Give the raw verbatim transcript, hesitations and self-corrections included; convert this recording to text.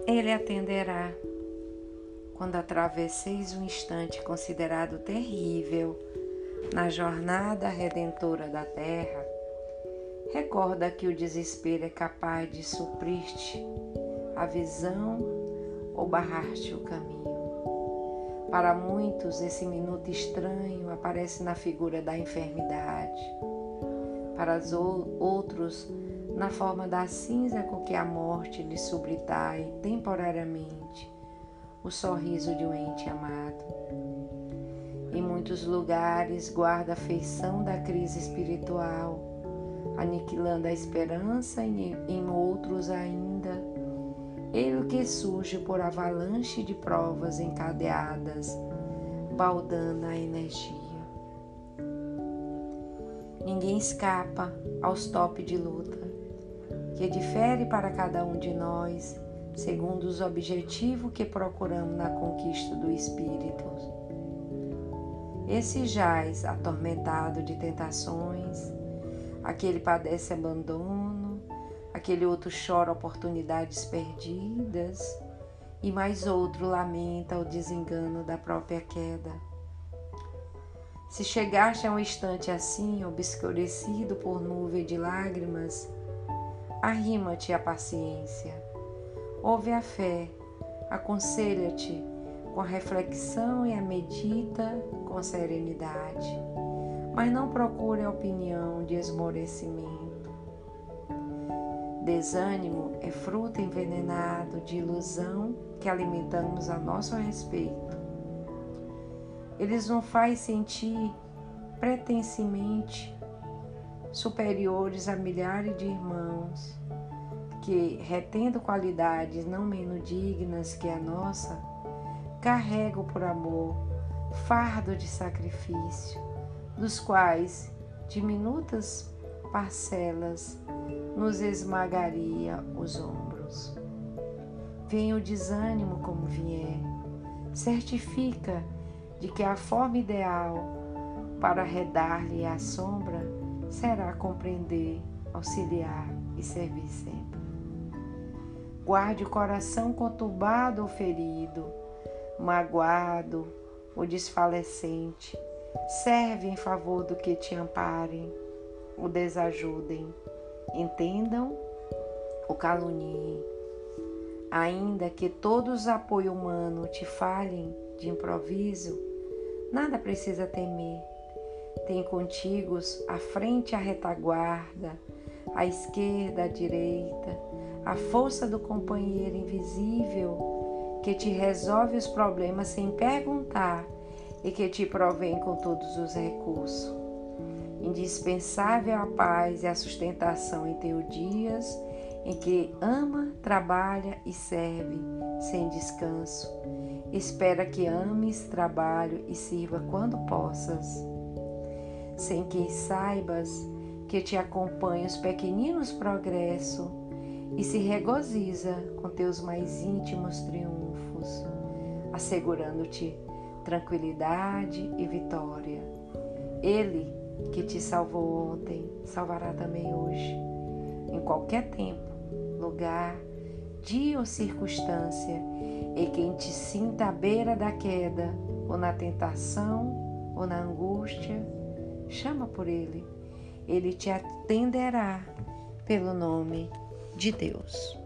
Ele atenderá. Quando atravesseis um instante considerado terrível na jornada redentora da terra, recorda que o desespero é capaz de suprir-te a visão ou barrar-te o caminho. Para muitos, esse minuto estranho aparece na figura da enfermidade. Para os outros, na forma da cinza com que a morte lhe subtrai temporariamente o sorriso de um ente amado. Em muitos lugares guarda a feição da crise espiritual, aniquilando a esperança, e em outros ainda, ele que surge por avalanche de provas encadeadas, baldando a energia. Ninguém escapa aos topos de luta, que difere para cada um de nós, segundo os objetivos que procuramos na conquista do espírito. Esse jaz atormentado de tentações, aquele padece abandono, aquele outro chora oportunidades perdidas e mais outro lamenta o desengano da própria queda. Se chegaste a um instante assim, obscurecido por nuvem de lágrimas, arrima-te à paciência, ouve a fé, aconselha-te com a reflexão e a medita com serenidade, mas não procure a opinião de esmorecimento. Desânimo é fruto envenenado de ilusão que alimentamos a nosso respeito. Eles nos fazem sentir pretensiamente superiores a milhares de irmãos que, retendo qualidades não menos dignas que a nossa, carregam por amor fardo de sacrifício, dos quais diminutas parcelas nos esmagaria os ombros. Venha o desânimo como vier, certifica de que a forma ideal para arredar-lhe a sombra será compreender, auxiliar e servir sempre. Guarde o coração conturbado ou ferido, magoado ou desfalecente. Serve em favor do que te amparem, o desajudem, entendam ou caluniem. Ainda que todos os apoios humanos te falhem de improviso, nada precisa temer. Tem contigo à frente a retaguarda, à esquerda, à direita, a força do companheiro invisível que te resolve os problemas sem perguntar e que te provém com todos os recursos. Indispensável a paz e a sustentação em teus dias em que ama, trabalha e serve sem descanso. Espera que ames, trabalhe e sirva quando possas, sem que saibas que te acompanha os pequeninos progressos e se regozija com teus mais íntimos triunfos, assegurando-te tranquilidade e vitória. Ele que te salvou ontem, salvará também hoje, em qualquer tempo, lugar, dia ou circunstância, e quem te sinta à beira da queda, ou na tentação, ou na angústia, chama por ele. Ele te atenderá pelo nome de Deus.